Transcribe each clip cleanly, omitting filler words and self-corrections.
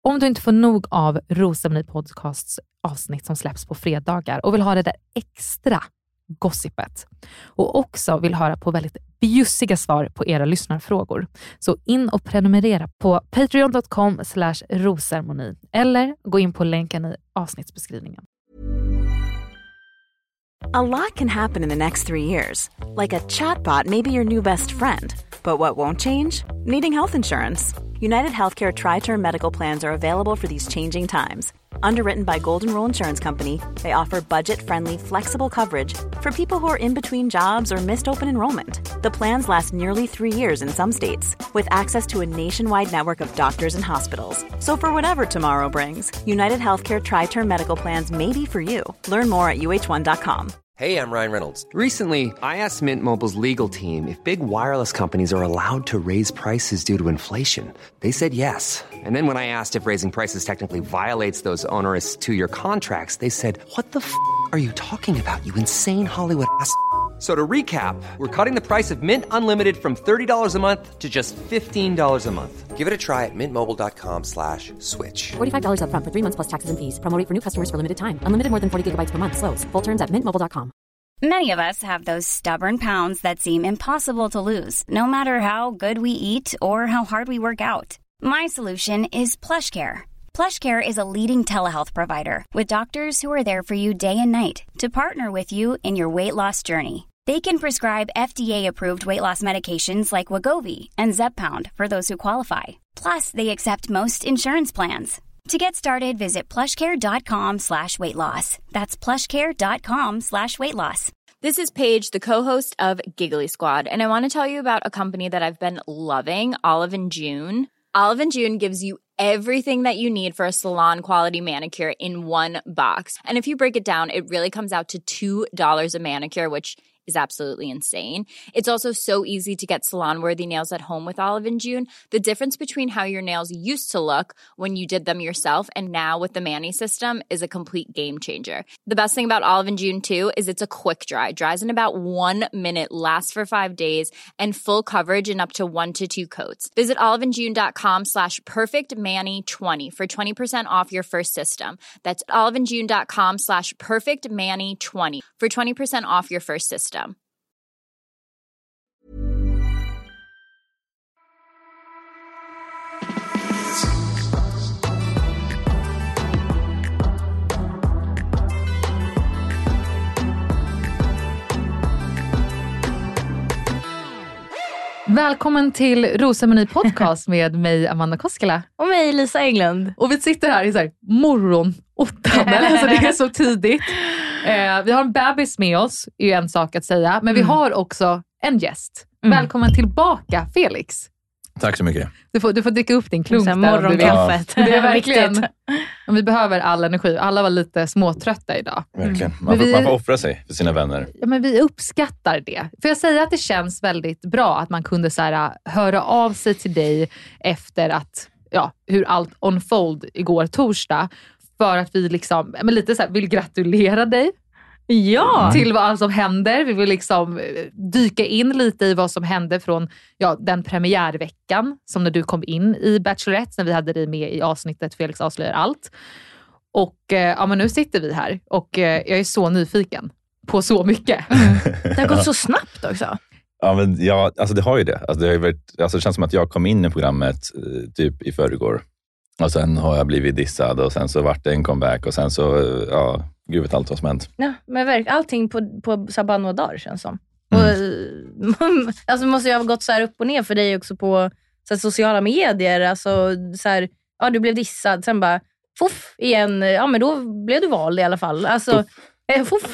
Om du inte får nog av Rosceremoni Podcasts avsnitt som släpps på fredagar och vill ha det där extra gossipet och också vill höra på väldigt bjussiga svar på era lyssnarfrågor, så in och prenumerera på patreon.com/rosceremoni eller gå in på länken i avsnittsbeskrivningen. A lot can happen in the next 3 years. Like a chatbot may be your new best friend. But what won't change? Needing health insurance. United Healthcare Tri-Term Medical Plans are available for these changing times. Underwritten by Golden Rule Insurance Company, they offer budget-friendly, flexible coverage for people who are in between jobs or missed open enrollment. The plans last nearly 3 years in some states, with access to a nationwide network of doctors and hospitals. So for whatever tomorrow brings, United Healthcare Tri-Term Medical Plans may be for you. Learn more at uh1.com. Hey, I'm Ryan Reynolds. Recently, I asked Mint Mobile's legal team if big wireless companies are allowed to raise prices due to inflation. They said yes. And then when I asked if raising prices technically violates those onerous 2-year contracts, they said, "What the f*** are you talking about, you insane Hollywood ass?" So to recap, we're cutting the price of Mint Unlimited from $30 a month to just $15 a month. Give it a try at mintmobile.com/switch. $45 up front for 3 months plus taxes and fees. Promo rate for new customers for limited time. Unlimited more than 40 gigabytes per month. Slows full terms at mintmobile.com. Many of us have those stubborn pounds that seem impossible to lose, no matter how good we eat or how hard we work out. My solution is PlushCare. PlushCare is a leading telehealth provider with doctors who are there for you day and night to partner with you in your weight loss journey. They can prescribe FDA-approved weight loss medications like Wegovy and Zepbound for those who qualify. Plus, they accept most insurance plans. To get started, visit plushcare.com/weightloss. That's plushcare.com/weightloss. This is Paige, the co-host of Giggly Squad, and I want to tell you about a company that I've been loving, Olive & June. Olive & June gives you everything that you need for a salon-quality manicure in one box. And if you break it down, it really comes out to $2 a manicure, which is absolutely insane. It's also so easy to get salon-worthy nails at home with Olive & June. The difference between how your nails used to look when you did them yourself and now with the Mani system is a complete game changer. The best thing about Olive & June too is it's a quick dry. Dries in about 1 minute, lasts for 5 days, and full coverage in up to 1 to 2 coats. Visit oliveandjune.com/perfectmani20 for 20% off your first system. That's oliveandjune.com/perfectmani20 for 20% off your first system. Välkommen till Rosceremoni Podcast med mig, Amanda Koskela. Och mig, Lisa Englund. Och vi sitter här i så här morgonåttan, alltså det är så tidigt. Vi har en bebis med oss, är ju en sak att säga. Men vi har också en gäst. Välkommen tillbaka, Felix. Tack så mycket. Du får dricka upp din klunk där. Morgonkaffet. Det är verkligen. Vi behöver all energi. Alla var lite småtrötta idag. Verkligen. Man får offra sig för sina vänner. Ja, men vi uppskattar det. För jag säger att det känns väldigt bra att man kunde så här, höra av sig till dig efter att, hur allt unfold igår torsdag. För att vi liksom, lite så här, vill gratulera dig. Ja. Till vad allt som händer. Vi vill liksom dyka in lite i vad som hände från den premiärveckan som när du kom in i Bachelorette, när vi hade dig med i avsnittet Felix avslöjar allt. Och men nu sitter vi här och jag är så nyfiken på så mycket. Det har gått så snabbt också. Ja, men alltså det har ju det. Alltså det känns som att jag kom in i programmet typ i förrgår. Och sen har jag blivit dissad och sen så vart det en comeback och sen så, gud vet allt vad som hänt. Ja, men verkligen allting på så bara några dagar känns som. Och, alltså måste jag ha gått så här upp och ner för dig också på så här, sociala medier. Alltså så här, du blev dissad, sen bara fuff igen. Ja, men då blev du vald i alla fall. Alltså, fuff.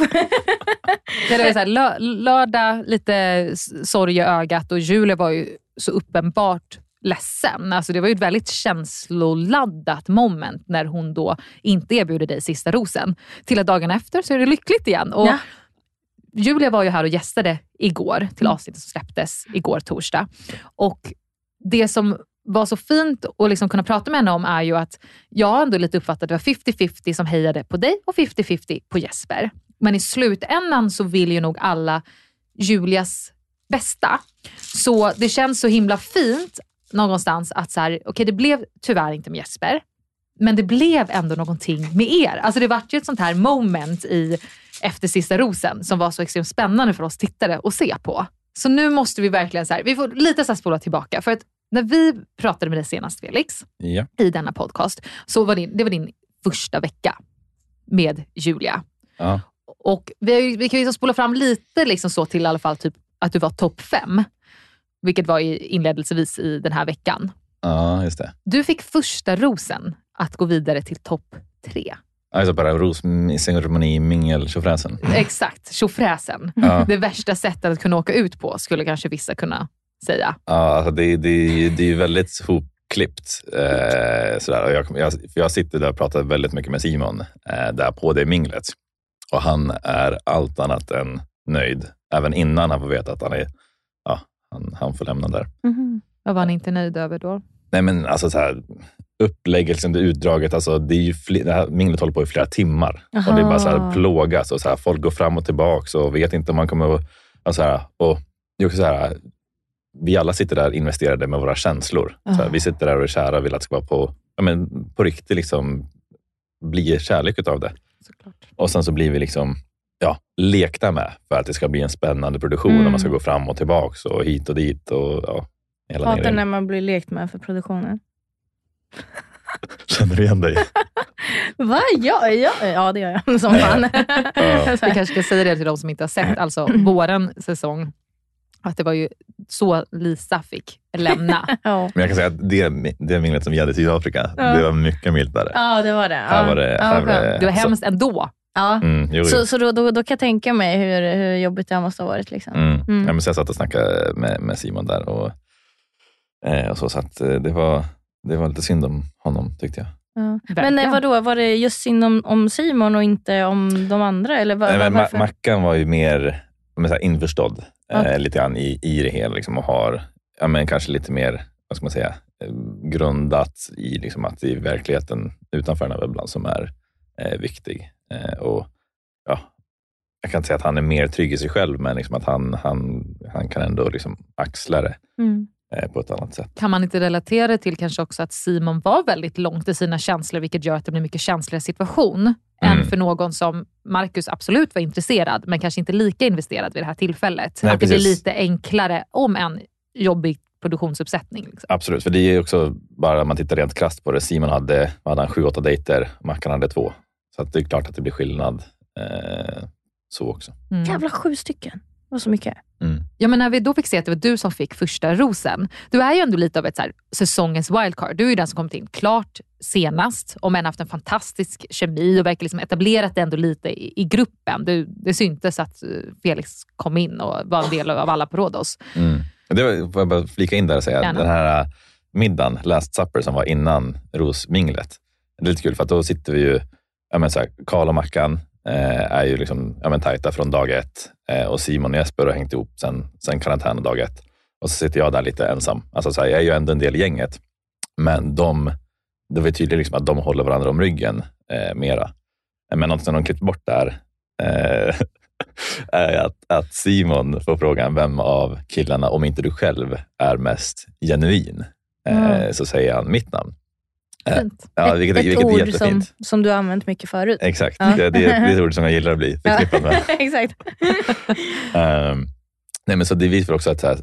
Det var så här, lördag, lite sorg i ögat och Julia var ju så uppenbart ledsen. Alltså det var ju ett väldigt känsloladdat moment när hon då inte erbjuder dig sista rosen. Till att dagen efter så är det lyckligt igen. Och Julia var ju här och gästade igår till avsnittet som släpptes igår torsdag. Och det som var så fint att liksom kunna prata med henne om är ju att jag ändå lite uppfattat att det var 50-50 som hejade på dig och 50-50 på Jesper. Men i slutändan så vill ju nog alla Julias bästa. Så det känns så himla fint någonstans att så här, okej, det blev tyvärr inte med Jesper. Men det blev ändå någonting med er. Alltså det var ju ett sånt här moment efter sista rosen som var så extremt spännande för oss tittare att se på. Så nu måste vi verkligen så här, vi får lite så här spola tillbaka. För att när vi pratade med dig senast, Felix, i denna podcast, så var det var din första vecka med Julia. Ja. Och vi kan ju spola fram lite liksom så till i alla fall typ att du var topp 5. Vilket var inledelsevis i den här veckan. Ja, just det. Du fick första rosen att gå vidare till topp 3. Alltså bara rosceremoni, mingel, tjofräsen. Exakt, tjofräsen. Ja. Det värsta sättet att kunna åka ut på skulle kanske vissa kunna säga. Ja, alltså det är ju väldigt hopklippt. Sådär. Och jag sitter där och pratar väldigt mycket med Simon där på det minglet. Och han är allt annat än nöjd. Även innan han får veta att han får lämna där. Mm-hmm. Vad var han inte nöjd över då? Nej men alltså så här, uppläggelsen, det utdraget, alltså det är ju det här minglet håller på i flera timmar. Aha. Och det är bara så här plågas och så här, folk går fram och tillbaka och vet inte om man kommer att, alltså så här, och det är också så här, vi alla sitter där investerade med våra känslor. Så här, vi sitter där och är kära och vill att det ska vara på riktigt liksom bli kärlek utav det. Såklart. Och sen så blir vi liksom lekta med för att det ska bli en spännande produktion och man ska gå fram och tillbaka och hit och dit och hela hatar när man blir lekt med för produktionen. Känner du igen dig? Va? Ja, det gör jag som fan. Vi kanske ska säga det till de som inte har sett alltså våran säsong, att det var ju så Lisa fick lämna. Men jag kan säga att det minglet som vi hade i Sydafrika, det var mycket mildare. Ja, det var det. Här var det var hemskt ändå. Ja. Så då kan jag tänka mig hur jobbigt det måste ha varit. Liksom. Ja, men så jag satt och snackade med Simon där och så att det var lite synd om honom, tyckte jag. Ja. Men vadå, var det just synd om Simon och inte om de andra? Eller varför? Mackan var ju mer införstådd lite grann i det hela liksom, och har kanske lite mer, vad ska man säga, grundat i liksom, att det är verkligheten utanför den här bubblan som är viktig. Och jag kan inte säga att han är mer trygg i sig själv, men liksom att han kan ändå liksom axla det på ett annat sätt. Kan man inte relatera till kanske också att Simon var väldigt långt i sina känslor, vilket gör att det blir mycket känsligare situation än för någon som Marcus absolut var intresserad, men kanske inte lika investerad vid det här tillfället. Nej, att det blir lite enklare om en jobbig produktionsuppsättning. Liksom. Absolut, för det är också bara om man tittar rent krasst på det. Simon hade 7-8 dejter, Mackan hade 2. Så att det är klart att det blir skillnad så också. Jävla 7 stycken. Det var så mycket. Ja, men när vi då fick se att det var du som fick första rosen. Du är ju ändå lite av ett så här, säsongens wildcard. Du är ju den som kommit in klart senast. Och men haft en fantastisk kemi och verkligen liksom etablerat det ändå lite i gruppen. Det syntes att Felix kom in och var en del av alla på Rhodos. Det var, får jag bara flika in där och säga. Gärna. Den här middagen, Last Supper, som var innan rosminglet. Det är lite kul för att då sitter vi ju, Karl och Mackan är ju liksom tajta från dag 1 och Simon och Jesper har hängt ihop sen karantän dag 1 och så sitter jag där lite ensam. Alltså så här, jag är ju ändå en del i gänget, men det var tydligt liksom att de håller varandra om ryggen mera. Men något som de klippt bort där är att Simon får frågan vem av killarna, om inte du själv är mest genuin, så säger han mitt namn. Ja, vilket ord är jättefint. som du har använt mycket förut. Exakt, det är ett ord som jag gillar att bli förknippad med. Exakt. Nej, men så det visar också att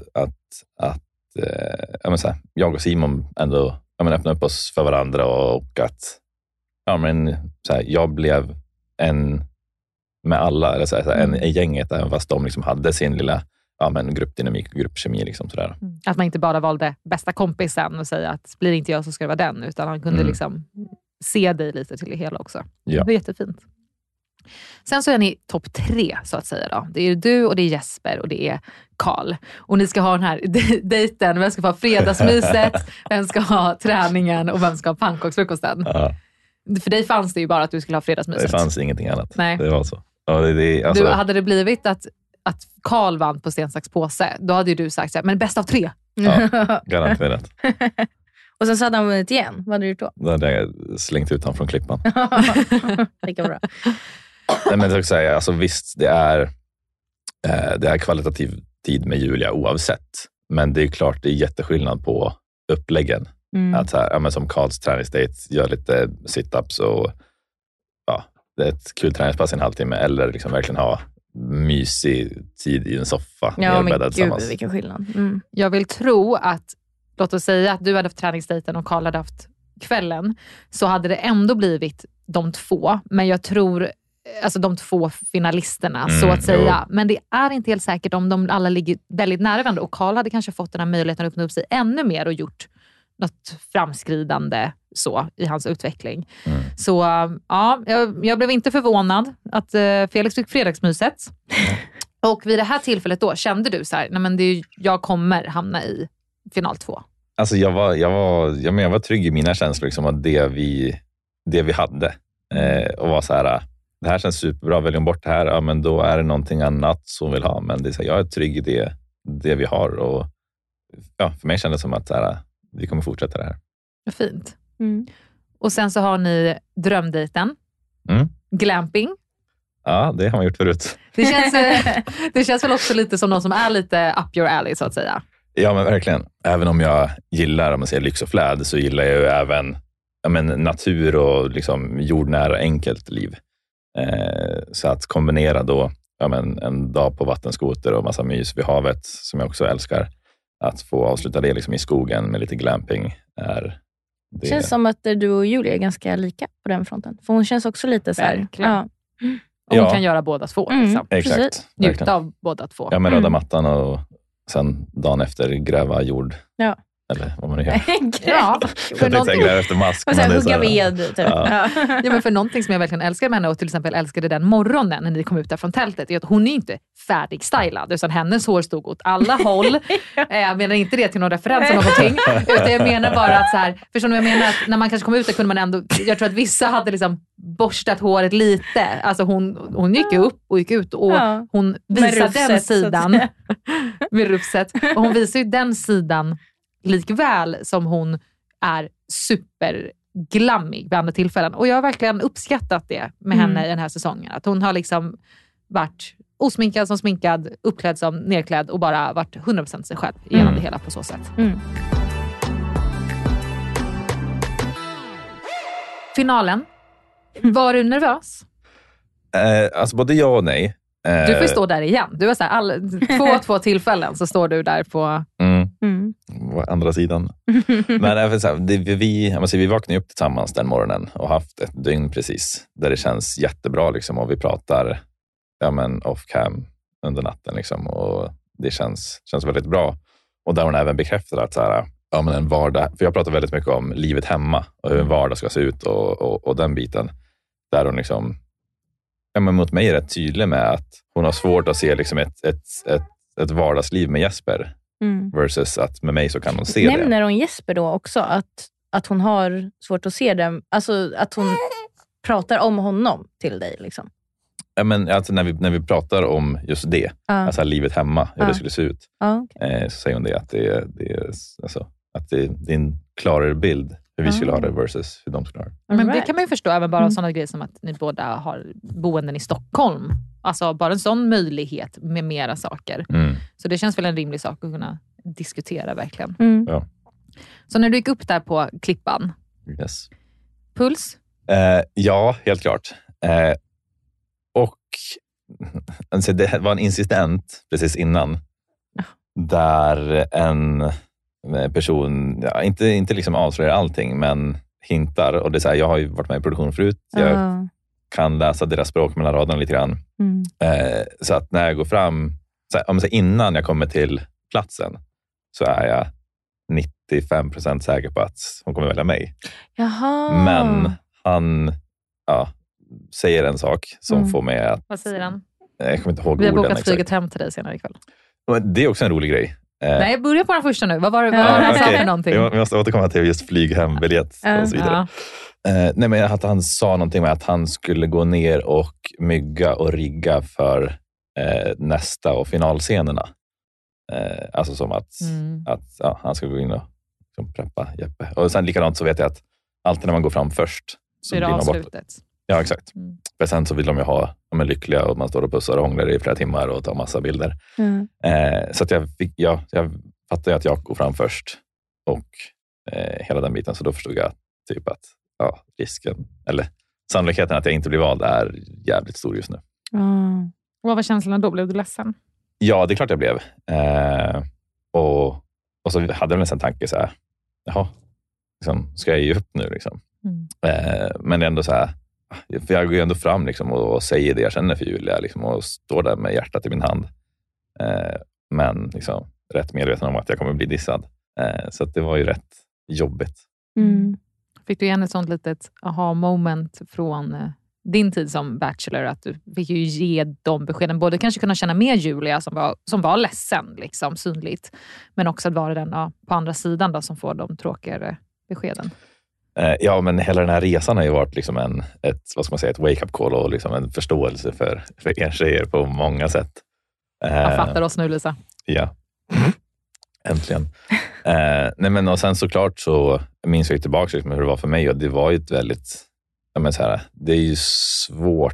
jag och Simon ändå öppnar upp oss för varandra och att jag blev en med alla, eller en i gänget, även fast de liksom hade sin lilla gruppdynamik och gruppkemi. Liksom, sådär. Att man inte bara valde bästa kompisen och säga att blir det inte jag så ska det vara den, utan han kunde liksom se dig lite till det hela också. Ja. Det var jättefint. Sen så är ni topp 3 så att säga då. Det är du och det är Jesper och det är Karl. Och ni ska ha den här dejten. Vem ska ha fredagsmyset, vem ska ha träningen och vem ska ha pannkaksfrukosten. Ja. För dig fanns det ju bara att du skulle ha fredagsmyset. Det fanns ingenting annat. Nej. Det var så. Alltså... Hade det blivit att Karl vann på sten, sax, påse, då hade ju du sagt så här, men bäst av 3. Ja, garanterat. Och sen så hade han vunnit igen. Vad hade du gjort då? Då hade jag slängt ut honom från klippan. Lika bra. Nej, men jag ska säga, alltså visst, det är kvalitativ tid med Julia oavsett. Men det är klart, det är jätteskillnad på uppläggen. Att så här, men som Karls träningsdate, gör lite sit-ups och det är ett kul träningspass i en halvtimme. Eller liksom verkligen ha mysig tid i en soffa. Ja, men gud, vilken skillnad. Jag vill tro att, låt oss säga att du hade haft träningsdejten och Karl hade haft kvällen, så hade det ändå blivit de två. Men jag tror, alltså de två finalisterna så att säga. Men det är inte helt säkert om de alla ligger väldigt nära varandra. Och Karl hade kanske fått den här möjligheten att öppna upp sig ännu mer och gjort något framskridande så i hans utveckling. Så ja, jag blev inte förvånad att Felix fick fredagsmyset. Och vid det här tillfället då kände du så här, nej men jag kommer hamna i final 2. Alltså jag var trygg i mina känslor liksom, att det vi hade och var så här, det här känns superbra, väljer bort det här, ja men då är det någonting annat som vill ha, men det är så här, jag är trygg i det vi har, och ja, för mig kändes det som att så här, vi kommer fortsätta det här. Fint. Och sen så har ni drömdejten. Glamping. Ja, det har man gjort förut. Det känns väl också lite som någon som är lite up your alley så att säga. Ja, men verkligen. Även om jag gillar, om man säger lyx och fläd, så gillar jag ju även natur och liksom jordnära enkelt liv. Så att kombinera då en dag på vattenskoter och massa mys vid havet, som jag också älskar, att få avsluta det liksom i skogen med lite glamping är det. Känns som att du och Julia är ganska lika på den fronten. För hon känns också lite så här. Ja. Och hon kan göra båda två. Liksom. Exakt. Njuta av båda två. Ja, med röda mattan och sen dagen efter gräva jord. Ja. Eller vad man nu gör. Ja, jag tänkte gräva efter mask. Och sen hugga ved. Typ. Ja, men för någonting som jag verkligen älskar med henne, och till exempel älskade den morgonen när ni kom ut där från tältet, är att hon är inte färdigstylad, utan hennes hår stod åt alla håll. Jag menar inte det till någon referens eller någonting, utan jag menar bara att så här, förstår ni vad jag menar? Att när man kanske kom ut där kunde man ändå, jag tror att vissa hade liksom borstat håret lite. Alltså hon gick upp och gick ut och hon visade den sidan med rufset. Och hon visar ju den sidan likväl som hon är superglammig vid andra tillfällen. Och jag har verkligen uppskattat det med henne i den här säsongen. Att hon har liksom varit osminkad som sminkad, uppklädd som nerklädd och bara varit 100% sig själv genom det hela på så sätt. Finalen. Var du nervös? Alltså både ja och nej. Du får ju stå där igen. Du har så här, två tillfällen så står du där på andra sidan. Men vi vaknade upp tillsammans den morgonen och haft ett dygn precis där det känns jättebra liksom, och vi pratar off cam under natten liksom, och det känns väldigt bra. Och där hon även bekräftar att så här, en vardag, för jag pratar väldigt mycket om livet hemma och hur en vardag ska se ut och den biten där hon liksom mot mig är rätt tydlig med att hon har svårt att se liksom ett vardagsliv med Jesper versus att med mig så kan hon se det. Nämner hon Jesper då också att hon har svårt att se det, alltså att hon pratar om honom till dig liksom? Ja, men alltså när vi pratar om just det, alltså livet hemma, hur det skulle se ut, så säger hon det att det är en klarare bild hur vi skulle ha det versus hur de skulle ha det. Men det kan man ju förstå, även bara sådana grejer som att ni båda har boenden i Stockholm. Alltså bara en sån möjlighet med mera saker. Så det känns väl en rimlig sak att kunna diskutera verkligen. Ja. Så när du gick upp där på klippan, yes. Puls? Ja, helt klart. Och alltså, det var en incident precis innan där en person, inte liksom avslöjar allting, men hintar. Och det är så här, jag har ju varit med i produktion förut. Jag kan läsa deras språk mellan raderna lite grann. Så att när jag går fram, så innan jag kommer till platsen, så är jag 95% säker på att hon kommer välja mig. Jaha. Men han säger en sak som får mig att... Vad säger han? Jag kommer inte ihåg orden. Vi har bokat flyget hem till dig senare ikväll. Det är också en rolig grej. Nej, jag börjar på den första nu. Vad var det han sa för någonting? Vi måste återkomma till just flyghembiljett och så vidare. Nej, men att han sa någonting med att han skulle gå ner och mygga och rigga för nästa och finalscenerna. Alltså som att han ska gå in och liksom preppa Jeppe. Och sen likadant så vet jag att alltid när man går fram först så blir det avslutet. Ja, exakt. För sen så vill de ju ha de är lyckliga och man står och pussar och hånglar i flera timmar och tar massa bilder. Så att jag fattar ju att jag går fram först och hela den biten. Så då förstod jag typ att risken, eller sannolikheten att jag inte blir vald är jävligt stor just nu. Vad var känslan då? Blev du ledsen? Ja, det är klart jag blev. Och så hade jag en tanke så här, jaha, liksom, ska jag ge upp nu liksom? Men ändå så här, för jag går ju ändå fram liksom, och säger det jag känner för Julia liksom, och står där med hjärtat i min hand. Men liksom, rätt medveten om att jag kommer bli dissad. Så att det var ju rätt jobbigt. Fick du igen ett sånt litet aha-moment från din tid som bachelor, att du fick ju ge de beskeden, både kanske kunna känna med Julia som var ledsen liksom, synligt, men också att vara den på andra sidan då, som får de tråkigare beskeden? Ja, men hela den här resan har ju varit liksom ett wake-up call och liksom en förståelse för er tjejer på många sätt. Jag fattar oss nu, Lisa. Ja, äntligen. Nej, men och sen såklart så minns jag tillbaka liksom hur det var för mig, och det var ju ett väldigt, det är ju svårt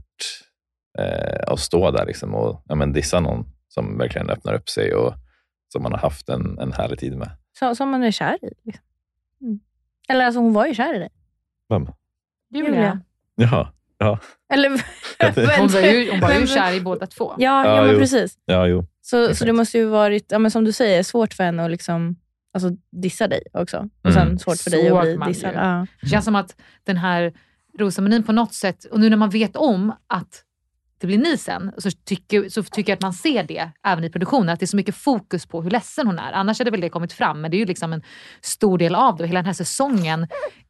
att stå där liksom och dissa någon som verkligen öppnar upp sig och som man har haft en härlig tid med. Som man är kär i. Liksom. Eller alltså hon var ju kär i dig. Vem? Julia. Ja. Eller, hon var ju kär i båda två. Ja, men precis. Ja, jo. Så det måste ju varit, som du säger, svårt för henne att liksom, dissa dig också. Och sen svårt för dig att bli dissad. Ja. Det känns som att den här rosceremonin på något sätt, och nu när man vet om att det blir ni sen, så tycker jag att man ser det även i produktionen, att det är så mycket fokus på hur ledsen hon är. Annars hade väl det kommit fram, men det är ju liksom en stor del av det. Hela den här säsongen,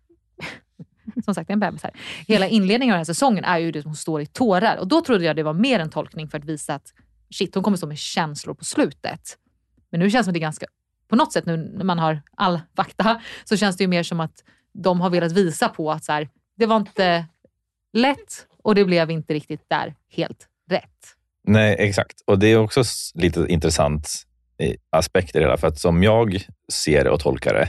som sagt, en bebis här. Hela inledningen av den här säsongen är ju det som hon står i tårar. Och då trodde jag det var mer en tolkning för att visa att shit, hon kommer stå med känslor på slutet. Men nu känns det som att det är ganska, på något sätt nu när man har all fakta, så känns det ju mer som att de har velat visa på att så här, det var inte lätt och det blev inte riktigt där helt rätt. Nej, exakt. Och det är också lite intressant aspekter i det här. För att som jag ser det och tolkar det,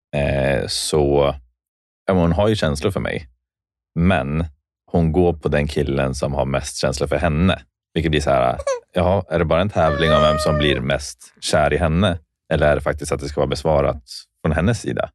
så hon har ju känslor för mig. Men hon går på den killen som har mest känslor för henne. Vilket blir så här, jaha, är det bara en tävling om vem som blir mest kär i henne? Eller är det faktiskt att det ska vara besvarat från hennes sida?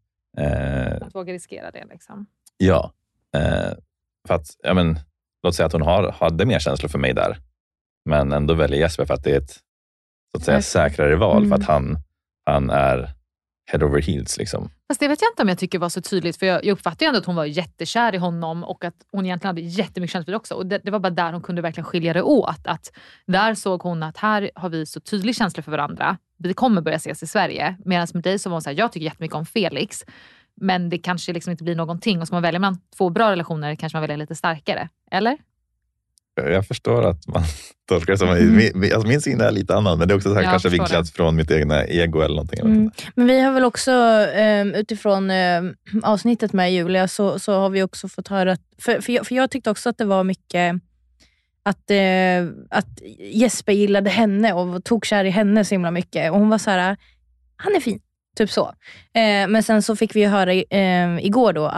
Att våga riskera det liksom. Ja. För att, låt säga att hon hade mer känslor för mig där. Men ändå väljer Jesper för att det är ett, så att säga, säkrare val. För att han är head over heels liksom. Fast det vet jag inte om jag tycker var så tydligt. För jag uppfattade ju ändå att hon var jättekär i honom. Och att hon egentligen hade jättemycket känslor också. Och det var bara där hon kunde verkligen skilja det åt. Att där såg hon att här har vi så tydlig känsla för varandra. Vi kommer börja ses i Sverige. Medan med dig så var hon så här, jag tycker jättemycket om Felix. Men det kanske liksom inte blir någonting. Och ska man välja mellan 2 bra relationer kanske man väljer lite starkare. Eller? Jag förstår att man tolkar det som min syn är lite annan, men det är också så här, kanske vinklat från mitt egna ego eller någonting. Men vi har väl också utifrån avsnittet med Julia så har vi också fått höra för jag tyckte också att det var mycket att Jesper gillade henne och tog kär i henne så himla mycket, och hon var så här, han är fin, typ så. Men sen så fick vi höra igår då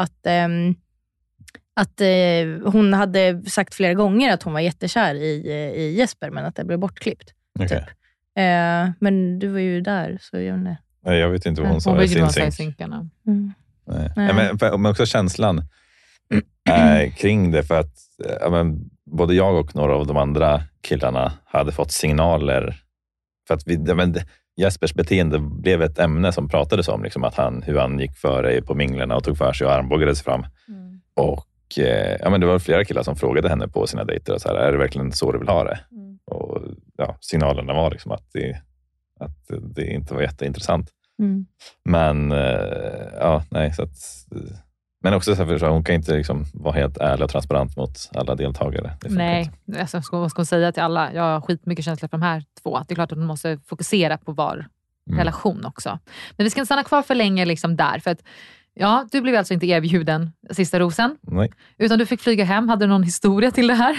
att hon hade sagt flera gånger att hon var jättekär i Jesper, men att det blev bortklippt. Okay. Typ. Men du var ju där, så jag vet inte. Nej, jag vet inte vad hon sa i synkarna. Men också känslan kring det, för att både jag och några av de andra killarna hade fått signaler för att Jespers beteende blev ett ämne som pratades om, liksom, att hur han gick före på minglerna och tog för sig och armbågade sig fram. Och det var flera killar som frågade henne på sina dejter och så här, är det verkligen så du vill ha det? Och signalerna var liksom att det inte var jätteintressant. Men nej, så att, men också så här, hon kan inte liksom vara helt ärlig och transparent mot alla deltagare. Nej, alltså, vad ska hon säga till alla? Jag har skitmycket känslor för de här 2. Det är klart att hon måste fokusera på var relation också. Men vi ska inte stanna kvar för länge liksom där, för att du blev alltså inte erbjuden sista rosen. Nej. Utan du fick flyga hem. Hade du någon historia till det här?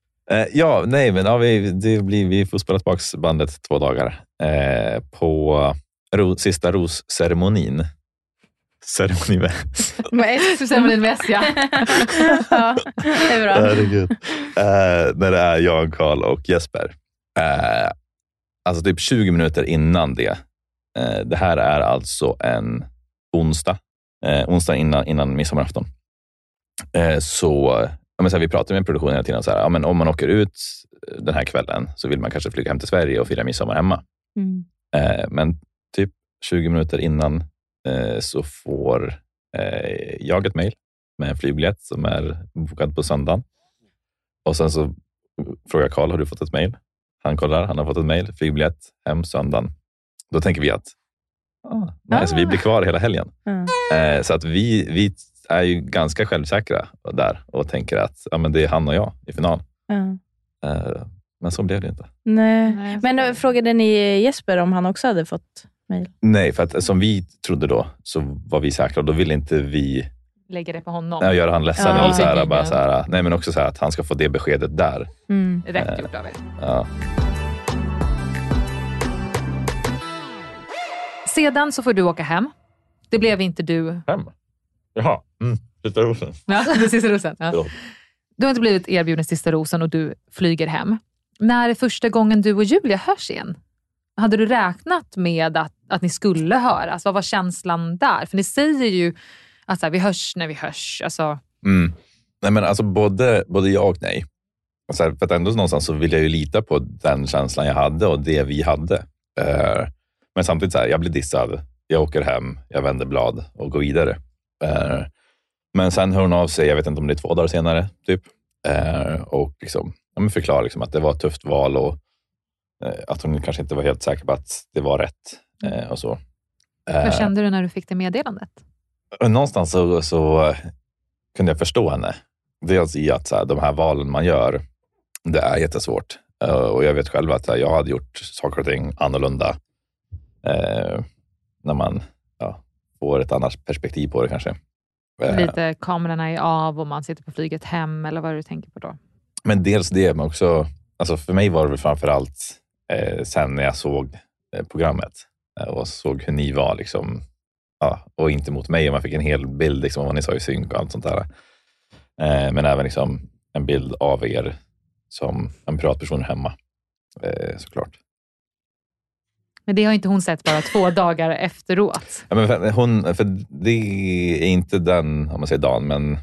Vi får spela tillbaka bandet 2 dagar. På sista rosceremonin. Ceremonin med S, ja. Ja, det är bra. Herregud. När det är jag, Carl och Jesper. Alltså typ 20 minuter innan det. Det här är alltså en onsdag innan midsommarafton. Så vi pratade med produktionen hela tiden så här, men om man åker ut den här kvällen så vill man kanske flyga hem till Sverige och fira midsommar hemma. Men typ 20 minuter innan så får jag ett mejl med en flygbiljett som är bokad på söndagen. Och sen så frågar Carl, har du fått ett mejl? Han kollar, han har fått ett mejl, flygbiljett hem söndagen. Då tänker vi att så vi blir kvar hela helgen. Så att vi är ju ganska självsäkra där och tänker att men det är han och jag i final. Men så blev det inte. Nej. Men frågade ni Jesper om han också hade fått mejl? Nej, för att som vi trodde då så var vi säkra och då ville inte vi lägga det på honom. Göra han ledsen eller så här, bara så här, nej men också så här att han ska få det beskedet där. Rätt gjort av er. Ja. Sedan så får du åka hem. Det blev inte du. Hem? Jaha, sista rosen. Ja, det sista rosen. Ja. Du har inte blivit erbjuden sista rosen och du flyger hem. När är första gången du och Julia hörs igen? Hade du räknat med att ni skulle höras? Vad var känslan där? För ni säger ju att så här, vi hörs när vi hörs. Alltså. Nej, men alltså både jag och nej. Alltså, för att ändå någonstans så vill jag ju lita på den känslan jag hade och det vi hade. Men samtidigt så här, jag blir dissad. Jag åker hem, jag vänder blad och går vidare. Men sen hör hon av sig, jag vet inte om det är 2 dagar senare typ. Och liksom, förklarar liksom att det var ett tufft val och att hon kanske inte var helt säker på att det var rätt och så. Vad kände du när du fick det meddelandet? Någonstans så kunde jag förstå henne. Dels i att så här, de här valen man gör, det är jättesvårt. Och jag vet själv att jag hade gjort saker och ting annorlunda när man får ett annat perspektiv på det kanske. Lite kamerorna är av och man sitter på flyget hem eller vad är det du tänker på då? Men dels det, men också alltså för mig var det framförallt sen när jag såg programmet och såg hur ni var liksom, och inte mot mig, och man fick en hel bild liksom, vad ni sa i synk och allt sånt där. Men även liksom en bild av er som en privatperson hemma, såklart. Men det har inte hon sett bara 2 dagar efteråt. Ja, men för det är inte den, om man säger Dan, men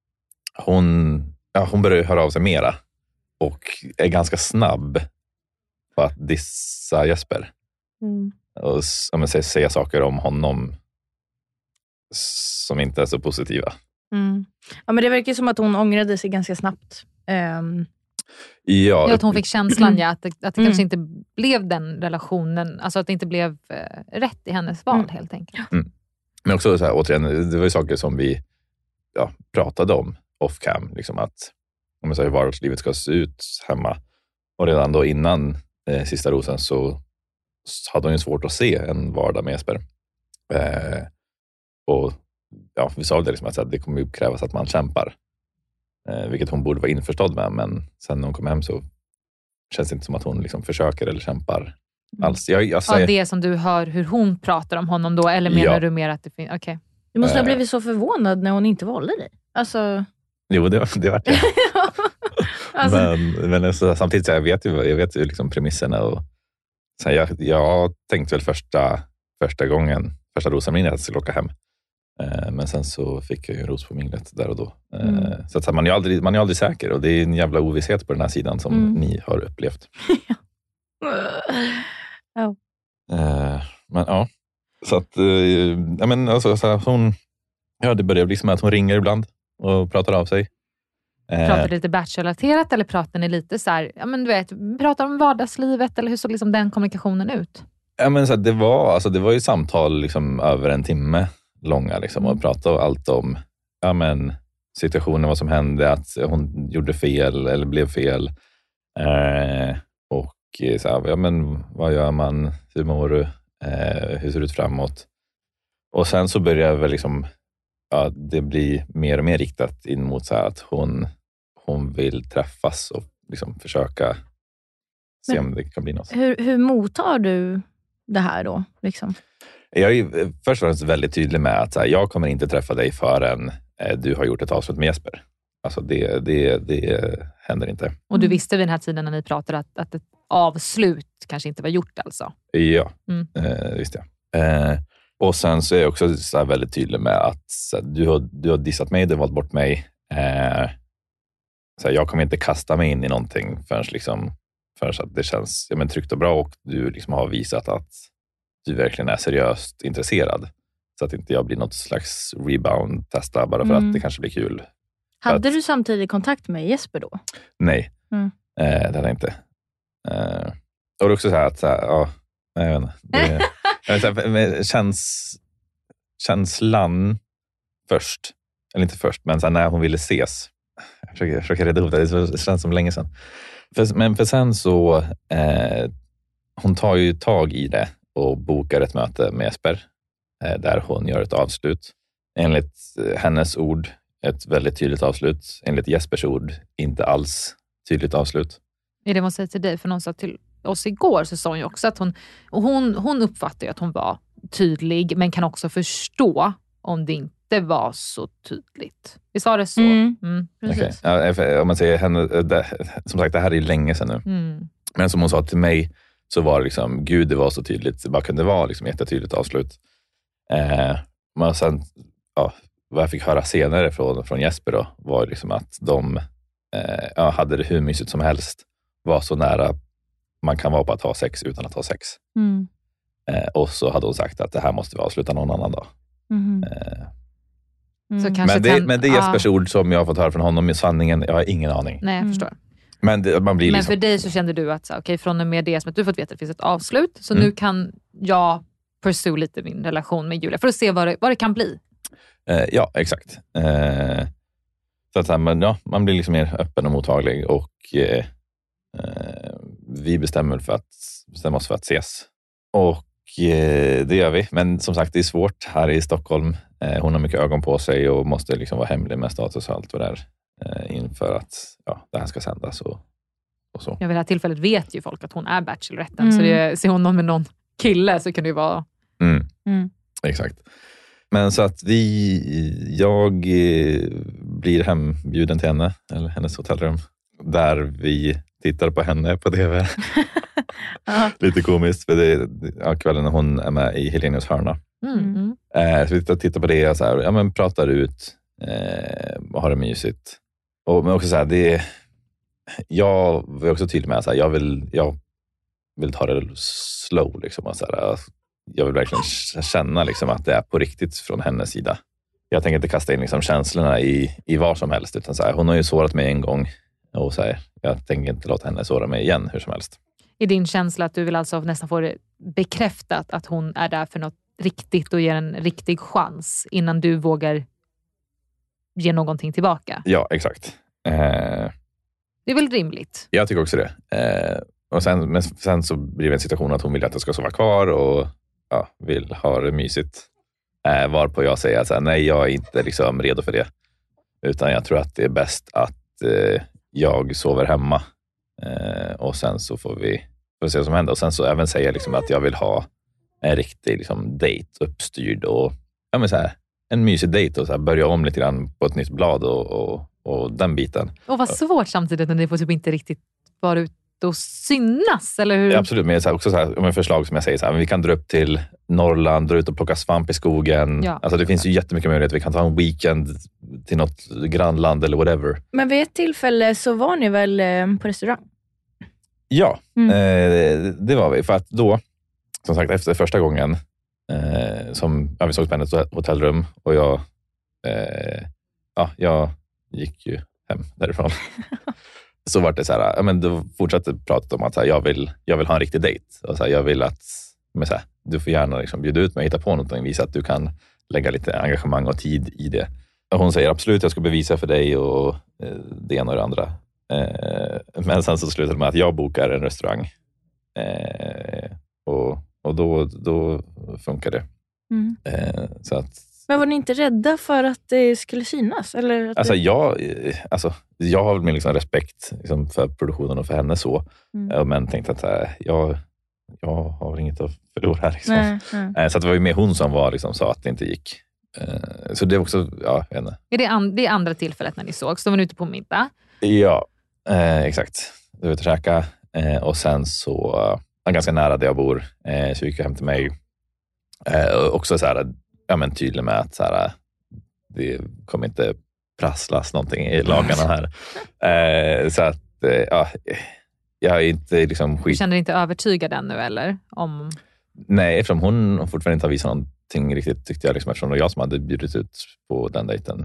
hon börjar höra av sig mera och är ganska snabb på att dissa Jesper. Och säga saker om honom som inte är så positiva. Ja, men det verkar som att hon ångrade sig ganska snabbt. Ja, att hon fick känslan att det kanske inte blev den relationen, alltså att det inte blev rätt i hennes val helt enkelt. Men också så här, återigen, det var ju saker som vi pratade om off cam, liksom att om man säger hur vardagslivet ska se ut hemma. Och redan då innan sista rosen så hade hon ju svårt att se en vardag med Jesper. Och vi sa det liksom att det kommer ju krävas att man kämpar. Vilket hon borde vara införstådd med, men sen när hon kom hem så känns det inte som att hon liksom försöker eller kämpar alls. Det som du hör hur hon pratar om honom då, eller menar du mer att det finns... Okay. Du måste ha blivit så förvånad när hon inte valde dig. Alltså... Jo, det var det. Alltså... Men samtidigt så jag vet ju liksom premisserna och så jag tänkte väl första rosen min att jag skulle åka hem. Men sen så fick jag ju ros på minglet där och då. Så att man är aldrig säker. Och det är en jävla ovisshet på den här sidan som ni har upplevt. Men ja. Så att, det börjar bli som att hon ringer ibland och pratar av sig. Pratar lite bachelor-relaterat eller pratar ni lite så här, pratar om vardagslivet eller hur såg liksom den kommunikationen ut? Ja, men så det var ju samtal liksom över en timme långa liksom, och prata allt om situationen, vad som hände, att hon gjorde fel eller blev fel. Och så här, vad gör man? Hur mår du? Hur ser det ut framåt? Och sen så börjar väl liksom, det blir mer och mer riktat in mot så här att hon vill träffas och liksom försöka se om det kan bli något. Hur mottar du det här då? Liksom? Jag är först och främst väldigt tydlig med att så här, jag kommer inte träffa dig förrän du har gjort ett avslut med Jesper. Alltså det händer inte. Och du visste vid den här tiden när ni pratade att ett avslut kanske inte var gjort alltså? Ja, visste jag. Och sen så är jag också så här väldigt tydlig med att så här, du har dissat mig, du har valt bort mig. Så här, jag kommer inte kasta mig in i någonting förrän att det känns tryggt och bra och du liksom har visat att du verkligen är seriöst intresserad. Så att inte jag blir något slags rebound-testa bara för att det kanske blir kul. Hade du samtidigt kontakt med Jesper då? Nej, det hade jag inte. Och det är också så här att jag vet inte, känslan först, eller inte först, men så här, när hon ville ses. Jag försöker reda upp det känns som länge sedan. Men för sen så hon tar ju tag i det och bokar ett möte med Jesper där hon gör ett avslut. Enligt hennes ord ett väldigt tydligt avslut. Enligt Jespers ord inte alls tydligt avslut. Är det man säger till dig? För någon sa till oss igår så sa hon ju också att hon uppfattar ju att hon var tydlig men kan också förstå om det inte var så tydligt. Visst var det så? Okay. Ja, om man säger henne, som sagt det här är länge sedan nu. Men som hon sa till mig så var det liksom, gud det var så tydligt, det bara kunde vara liksom jättetydligt avslut. Men sen, vad jag fick höra senare från Jesper då, var liksom att de hade det hur mysigt som helst, var så nära man kan vara på att ha sex utan att ha sex. Och så hade hon sagt att det här måste vi avsluta någon annan dag. Så men det är Jespers ord som jag har fått höra från honom i sanningen, jag har ingen aning. Nej, jag förstår. Men för dig så kände du att okej, från och med det som att du fått veta att det finns ett avslut, så nu kan jag pursue lite min relation med Julia för att se vad det kan bli. Ja, exakt. Så att man blir liksom mer öppen och mottaglig och vi bestämmer oss för att ses. Och det gör vi. Men som sagt, det är svårt här i Stockholm. Hon har mycket ögon på sig och måste liksom vara hemlig med status och allt vad det är inför att det här ska sändas och så. Ja, vid det här tillfället vet ju folk att hon är bacheloretten. Så ser hon någon med någon kille så kan det ju vara... Exakt. Men så att jag blir hembjuden till henne, eller hennes hotellrum, där vi tittar på henne på TV. Lite komiskt, för det är kvällen när hon är med i Helenius hörna. Så vi tittar på det och så här, pratar ut och har det mysigt. Men också så här, jag var också tydlig med att jag vill ta det slow liksom, och så här, jag vill verkligen känna liksom att det är på riktigt från hennes sida. Jag tänker inte kasta in liksom känslorna i vad som helst, utan så här, hon har ju sårat mig en gång och så här, jag tänker inte låta henne såra mig igen hur som helst. Är din känsla att du vill alltså nästan få det bekräftat att hon är där för något riktigt och ger en riktig chans innan du vågar ge någonting tillbaka? Ja, exakt. Det är väl rimligt? Jag tycker också det. Och sen så blir det en situation att hon vill att jag ska sova kvar och vill ha det mysigt. Varpå jag säger att nej, jag är inte liksom redo för det. Utan jag tror att det är bäst att jag sover hemma. Och sen så får vi se vad som händer. Och sen så även säga liksom att jag vill ha en riktig liksom dejt uppstyrd och så här, en mysig dejt och så här, börja om lite grann på ett nytt blad och den biten. Och vad svårt samtidigt när ni får typ inte riktigt vara ute och synas, eller hur? Ja, absolut, men också så här, med förslag som jag säger så här, vi kan dra upp till Norrland, dra ut och plocka svamp i skogen. Ja. Alltså det finns ju jättemycket möjligheter. Vi kan ta en weekend till något grannland eller whatever. Men vid ett tillfälle så var ni väl på restaurang? Ja, det var vi. För att då, som sagt, efter första gången som vi såg på hennes hotellrum och jag gick ju hem därifrån. Så var det så här, då fortsatte pratet om att så här, jag vill ha en riktig dejt. Och så här, jag vill att så här, du får gärna liksom bjuda ut mig, hitta på någonting, visa att du kan lägga lite engagemang och tid i det. Och hon säger absolut, jag ska bevisa för dig och det ena och det andra. Men sen så slutar det med att jag bokar en restaurang. Och då funkar det. Så att, men var ni inte rädda för att det skulle synas? Eller att jag har väl liksom respekt liksom för produktionen och för henne så. Men tänkte att jag har inget att förlora här. Liksom. Nej. Så att det var ju mer hon som var, liksom, sa att det inte gick. Så det är också, det är andra tillfället när ni såg. Så var ni ute på middag? Ja, exakt. Vi var ute och käka. Och sen så, ganska nära där jag bor, så gick jag hem till mig. Också så här, tydlig med att så här, det kommer inte prasslas någonting i lagarna här. Så att, jag är inte liksom Du känner dig inte övertygad ännu eller? Nej, eftersom hon fortfarande inte har visat någonting riktigt, tyckte jag, liksom, eftersom det var jag som hade bjudit ut på den dejten.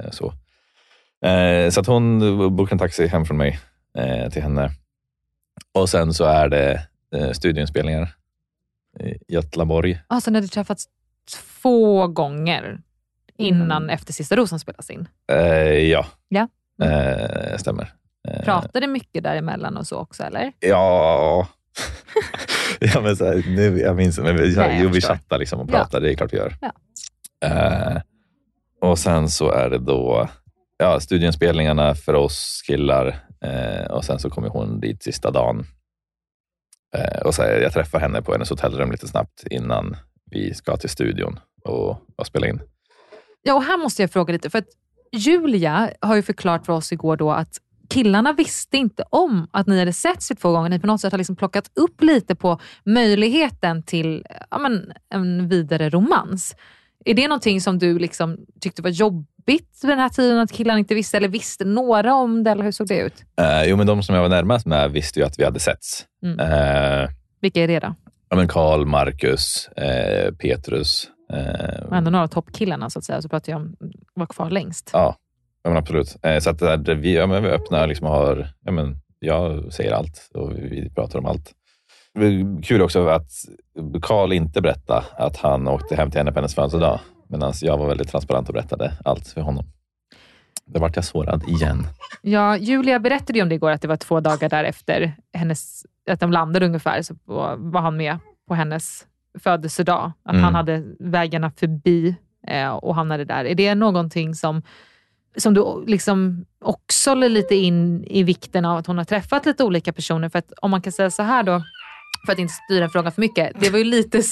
Så att hon bokade en taxi hem från mig till henne. Och sen så är det studioinspelningar i Göteborg. Alltså när du träffats 2 gånger innan Efter sista rosen spelas in? Ja. Stämmer. Pratade mycket däremellan och så också, eller? Ja. Ja, men så här, nu, jag minns, men vi chattar liksom och pratar, det är klart vi gör. Ja. Och sen så är det då studioinspelningarna för oss killar, och sen så kommer hon dit sista dagen. Och så jag träffar henne på hennes hotellrum lite snabbt innan vi ska till studion och spela in. Ja, och här måste jag fråga lite, för att Julia har ju förklarat för oss igår då att killarna visste inte om att ni hade setts 2 gånger. Ni på något sätt har liksom plockat upp lite på möjligheten till en vidare romans. Är det någonting som du liksom tyckte var jobbigt vid den här tiden, att killarna inte visste, eller visste några om det, eller hur såg det ut? Jo, men de som jag var närmast med visste ju att vi hade setts. Vilka är det då? Ja, men Karl, Marcus, Petrus. Ändå några av toppkillarna så att säga, så pratar jag om var kvar längst. Ja, men absolut. Så att vi öppnar liksom har, jag säger allt och vi pratar om allt. Det är kul också att Karl inte berättade att han åkte hem till henne på hennes födelsedag, medan jag var väldigt transparent och berättade allt för honom. Då vart jag sårad igen. Ja, Julia berättade ju om det igår, att det var 2 dagar därefter att de landade ungefär, så var han med på hennes födelsedag. Att han hade vägarna förbi och hamnade där. Är det någonting som du liksom också lite in i vikten av att hon har träffat lite olika personer? För att om man kan säga så här då, för att inte styra en fråga för mycket. Det var ju lite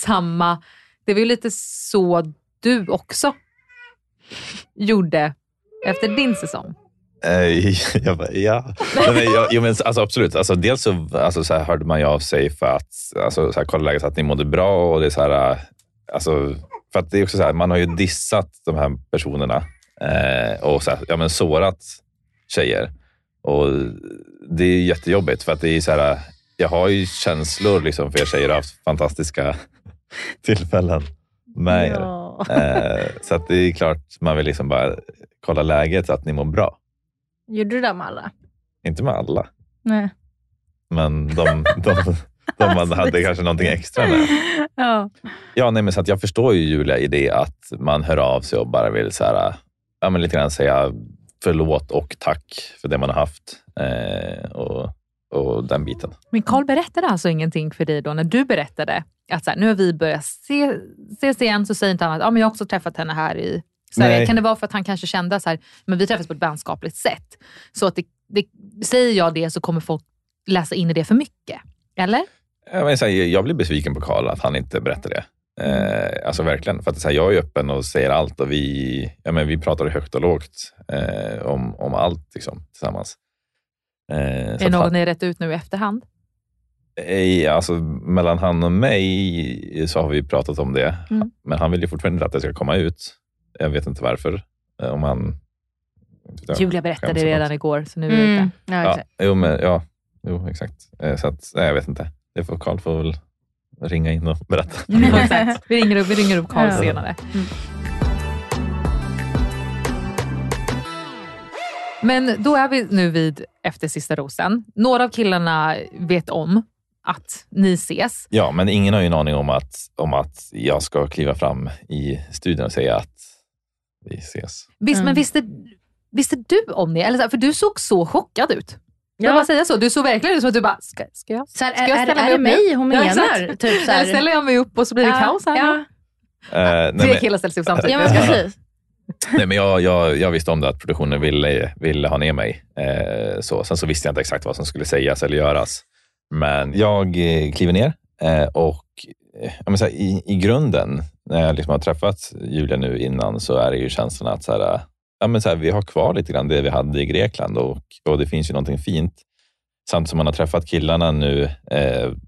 så du också gjorde efter din säsong. Men alltså, absolut. Alltså, dels så här, hörde man ju av sig för att så här, kolla läget, att ni mådde bra, och det är så här, alltså, för att det är också så här, man har ju dissat de här personerna och så här, sårat tjejer, och det är jättejobbigt, för att det är så här, jag har ju känslor liksom för er tjejer, har haft fantastiska tillfällen med er. Så att det är klart man vill liksom bara kolla läget så att ni mår bra. Gjorde du det med alla? Inte med alla. Nej. Men de man hade kanske någonting extra med. Ja, nej, men så att jag förstår ju Julia i det, att man hör av sig och bara vill så här, lite grann säga förlåt och tack för det man har haft, och den biten. Men Karl berättade alltså ingenting för dig då när du berättade att så här, nu har vi börjat ses igen, så säger inte han att men jag har också träffat henne här i Sverige. Kan det vara för att han kanske kände så här, men vi träffas på ett vänskapligt sätt, så att säger jag det så kommer folk läsa in i det för mycket, eller? Jag blir besviken på Karl att han inte berättar det. Alltså verkligen, för att så här, jag är öppen och säger allt, och vi pratar högt och lågt om allt liksom, tillsammans. Är det något ni rätt ut nu i efterhand? Alltså mellan han och mig så har vi pratat om det, men han vill ju fortfarande att det ska komma ut. Jag vet inte varför. Om han... Julia berättade det redan igår, så nu är det ute. Jo, exakt. Så att, jag vet inte. Det får Karl får väl ringa in och berätta. Vi ringer upp Karl senare. Men då är vi nu vid Efter sista rosen. Några av killarna vet om att ni ses. Ja, men ingen har ju en aning om att jag ska kliva fram i studion och säga att vi ses. Visst, men visste du om det? Eller så här, för du såg så chockad ut. Jag bara säga så. Du såg verkligen ut som att du bara, ska jag ställa mig upp? Är det mig mig hon menar? Typ så här. Eller ställer jag mig upp och så blir det kaos här. Tre killar ställs upp samtidigt. Ja, men precis. Nej, men jag visste om det, att produktionen ville ha ner mig. Sen så visste jag inte exakt vad som skulle sägas eller göras. Men jag kliver ner och i grunden, när jag liksom har träffat Julia nu innan, så är det ju känslan att vi har kvar lite grann det vi hade i Grekland, och det finns ju någonting fint. Samt som man har träffat killarna nu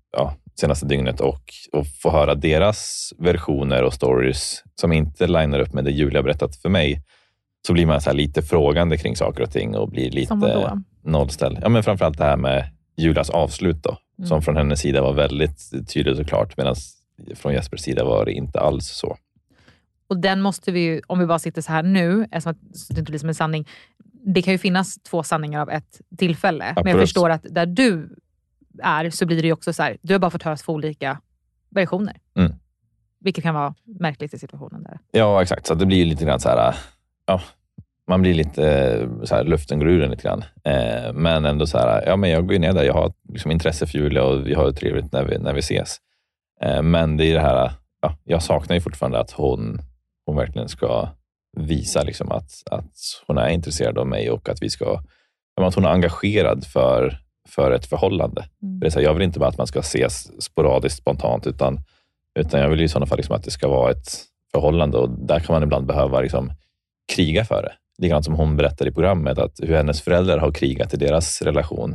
senaste dygnet och få höra deras versioner och stories som inte linar upp med det Julia berättat för mig, så blir man så här lite frågande kring saker och ting och blir lite nollställd. Ja, men framförallt det här med Julias avslut då, som från hennes sida var väldigt tydligt och klart, medan från Jespers sida var det inte alls så. Och den måste vi ju, om vi bara sitter så här nu, eftersom det inte blir som en sanning, det kan ju finnas 2 sanningar av ett tillfälle. Absolut. Men jag förstår att där du är så blir det ju också så här, du har bara fått höra 2 olika versioner. Vilket kan vara märkligt i situationen där. Ja, exakt. Så det blir ju lite grann så här, ja, man blir lite så här, luften går ur den lite grann. Men ändå så här, ja men jag går ner där, jag har liksom intresse för Julia och vi har det trevligt när vi ses. Men det är det här, ja, jag saknar ju fortfarande att hon verkligen ska visa liksom att hon är intresserad av mig och att vi ska, att hon är engagerad för ett förhållande. Det är så här, jag vill inte bara att man ska ses sporadiskt, spontant, utan jag vill i sådana fall liksom att det ska vara ett förhållande, och där kan man ibland behöva liksom kriga för det. Likadant som hon berättade i programmet, att hur hennes föräldrar har krigat i deras relation.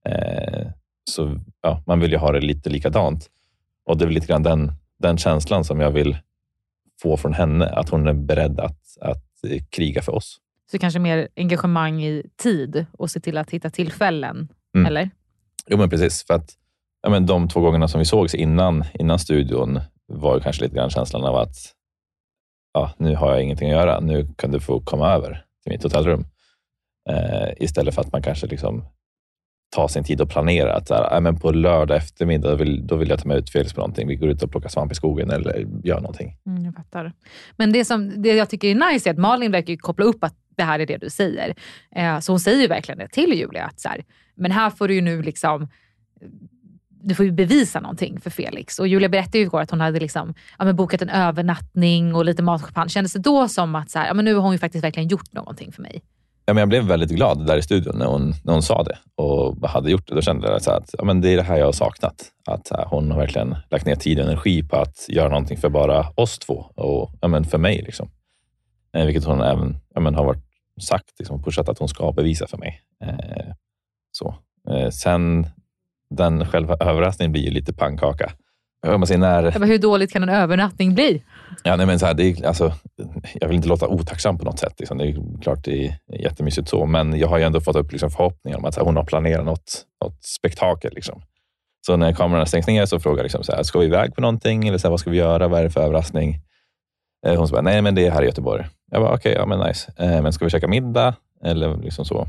Så ja, man vill ju ha det lite likadant. Och det är lite grann den känslan som jag vill få från henne, att hon är beredd att kriga för oss. Så kanske mer engagemang i tid och se till att hitta tillfällen, eller? Jo men precis, för att ja, men de 2 gångerna som vi sågs innan studion var ju kanske lite grann känslan av att ja, nu har jag ingenting att göra, nu kan du få komma över till mitt hotellrum. Istället för att man kanske liksom tar sin tid och planerar att så här, men på lördag eftermiddag då vill jag ta med ut Felix på någonting. Vi går ut och plockar svamp i skogen eller gör någonting. Jag fattar. Men det jag tycker är nice är att Malin verkar koppla upp att det här är det du säger. Så hon säger ju verkligen det till Julia. Att så här, men här får du ju nu liksom, du får ju bevisa någonting för Felix. Och Julia berättade ju igår att hon hade liksom, bokat en övernattning och lite matchampagne. Kändes det då som att så här, nu har hon ju faktiskt verkligen gjort någonting för mig? Ja, men jag blev väldigt glad där i studion när hon sa det och hade gjort det. Då kände jag så att det är det här jag har saknat. Att hon har verkligen lagt ner tid och energi på att göra någonting för bara oss 2 och för mig. Liksom. Vilket hon även har varit sagt liksom, pushat att hon ska bevisa för mig. Sen den själva överraskningen blir ju lite pannkaka. Hur dåligt kan en övernattning bli? Ja, nej, men så här, det är, alltså, jag vill inte låta otacksam på något sätt. Liksom. Det är klart det är jättemysigt så. Men jag har ju ändå fått upp liksom, förhoppningar om att så här, hon har planerat något spektakel. Liksom. Så när kameran stängs ner så frågar jag liksom, så här, ska vi iväg på någonting? Eller så här, vad ska vi göra? Vad är det för överraskning? Hon sa, nej men det är här i Göteborg. Jag bara, okej, ja men nice. Men ska vi käka middag? Eller liksom så.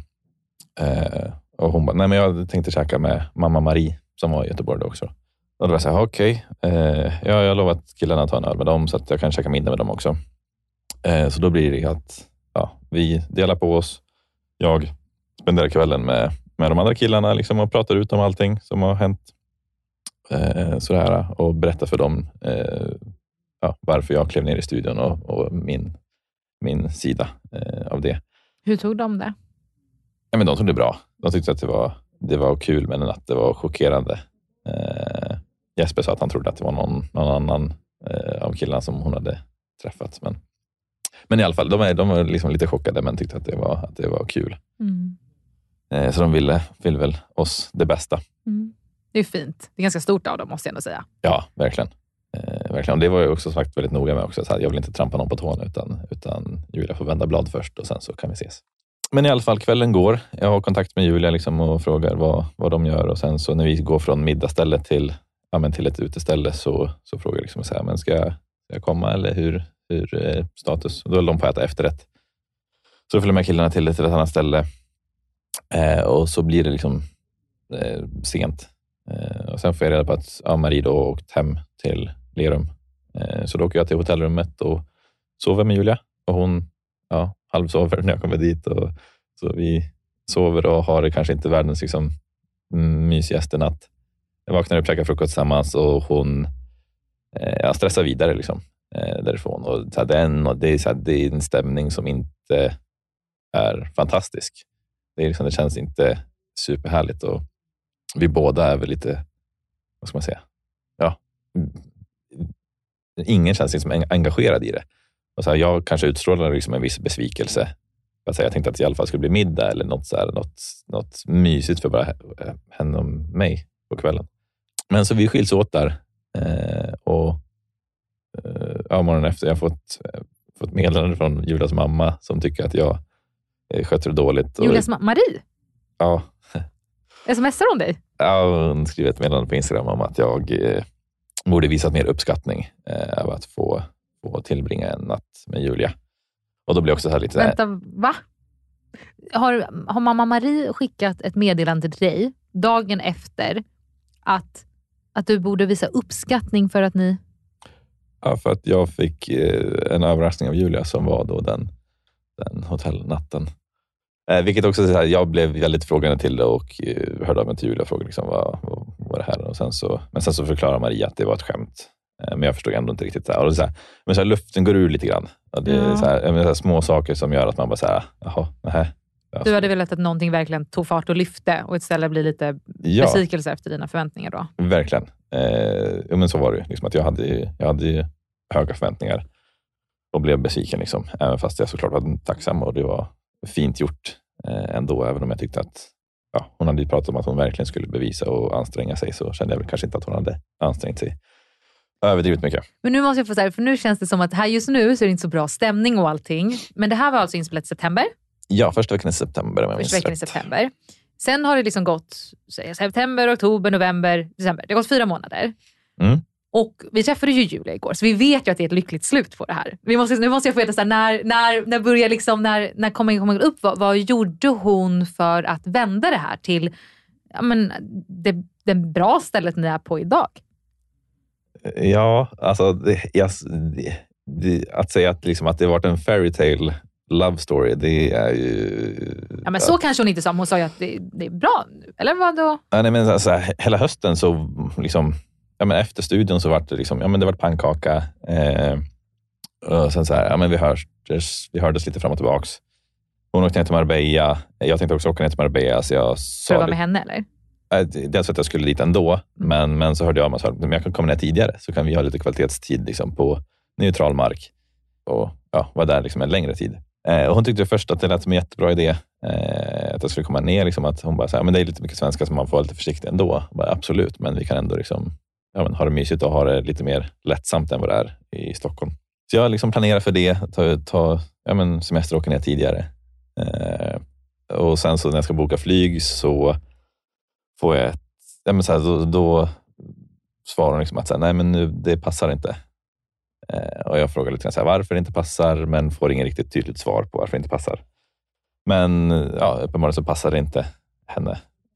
Och hon bara, nej men jag tänkte käka med mamma Marie som var i Göteborg då också. Och då var jag så här, okej. Jag har lovat killarna att ta en öl med dem så att jag kan käka middag med dem också. Så då blir det att vi delar på oss. Jag spenderar kvällen med de andra killarna liksom, och pratar ut om allting som har hänt. Sådär, och berättar för dem varför jag klev ner i studion och min sida av det. Hur tog de det? Ja, men de tog det bra. De tyckte att det var kul, men att det var chockerande. Jesper sa att han trodde att det var någon annan av killarna som hon hade träffat. Men i alla fall, de var liksom lite chockade, men tyckte att det var kul. Så de ville väl oss det bästa. Det är fint. Det är ganska stort av dem, måste jag ändå säga. Ja, verkligen. Verkligen. Det var jag också sagt väldigt noga med också. Så här, jag vill inte trampa någon på tårna utan Julia får vända blad först och sen så kan vi ses. Men i alla fall, kvällen går. Jag har kontakt med Julia liksom och frågar vad de gör. Och sen så när vi går från middagsstället till ett uteställe så frågar jag liksom så här, men ska jag komma eller hur status? Och då är de på att äta efterrätt. Så då följer med killarna till ett annat ställe. Och så blir det liksom sent. Och sen får jag reda på att Marie då åkt hem till Lerum. Så då åker jag till hotellrummet och sover med Julia. Och hon halvsover när jag kommer dit. Och så vi sover och har det kanske inte världens liksom, mysigaste natt. Jag vaknar upp och käkar frukost tillsammans och hon stressar vidare liksom, därifrån. Och så här, det är en stämning som inte är fantastisk. Det känns inte superhärligt och vi båda är väl lite, vad ska man säga, ingen känns liksom engagerad i det. Och så här, jag kanske utstrålar liksom en viss besvikelse. Jag tänkte att det i alla fall skulle bli middag eller något mysigt för bara henne och mig på kvällen. Men så vi skiljs åt där. Och morgonen efter jag har fått meddelande från Julias mamma som tycker att jag sköter det dåligt. Julias Marie? Ja. Smsar hon dig? Ja, hon skrev ett meddelande på Instagram om att jag borde visat mer uppskattning av att få tillbringa en natt med Julia. Och då blir jag också så här lite... Vänta, va? Har mamma Marie skickat ett meddelande till dig dagen efter att du borde visa uppskattning för att ni... Ja, för att jag fick en överraskning av Julia som var då den hotellnatten. Vilket också så här, jag blev väldigt frågande till det och hörde av mig till Julia och frågade liksom, vad var det här? Och sen så förklarade Maria att det var ett skämt. Men jag förstod ändå inte riktigt det. Och så här, men så här, luften går ur lite grann. Och det är så här små saker som gör att man bara så här, jaha, nej. Du hade velat att någonting verkligen tog fart och lyfte och istället blir lite besvikelse efter dina förväntningar då? Verkligen. Men så var det ju. Liksom att jag hade ju höga förväntningar och blev besviken liksom. Även fast jag såklart var tacksam och det var fint gjort ändå. Även om jag tyckte att hon hade ju pratat om att hon verkligen skulle bevisa och anstränga sig, så kände jag väl kanske inte att hon hade ansträngt sig överdrivet mycket. Men nu måste jag få säga, för nu känns det som att här just nu så är det inte så bra stämning och allting. Men det här var alltså inspelat i september? Ja, första veckan i september. Första veckan i september. Sen har det liksom gått september, oktober, november, december. Det har gått 4 månader. Mm. Och vi träffade ju Julia igår, så vi vet ju att det är ett lyckligt slut på det här. Nu måste jag få veta så här, när börjar liksom, när kommer upp, vad gjorde hon för att vända det här till det bra stället ni är på idag? Ja, alltså att säga att, liksom, att det varit en fairy tale love story, det är ju... Ja, men så kanske hon inte sa, hon sa ju att det är bra nu, eller vad då? Ja, nej, men alltså, hela hösten så liksom, efter studion så var det liksom, det var pannkaka och sen så här, men vi hördes lite fram och tillbaks. Hon åkte ner till Marbella, jag tänkte också åka ner till Marbella, så jag sa... För att vara med henne, eller? Dels att jag skulle dit ändå, men så hörde jag mig att jag kan komma ner tidigare, så kan vi ha lite kvalitetstid liksom, på neutral mark och vara där liksom en längre tid. Och hon tyckte först att det lät som en jättebra idé att jag skulle komma ner, liksom, att hon bara så här, men det är lite mycket svenska som man får vara lite försiktig ändå. Bara, absolut, men vi kan ändå liksom, ha det mysigt och ha det lite mer lättsamt än vad det är i Stockholm. Så jag liksom planerar för det, ta semester och åka ner tidigare. Och sen så när jag ska boka flyg så får jag då svarar hon liksom att så här, nej men nu, det passar inte. Och jag frågar lite grann så här, varför det inte passar, men får ingen riktigt tydligt svar på varför det inte passar. Men uppenbarligen så passar det inte henne.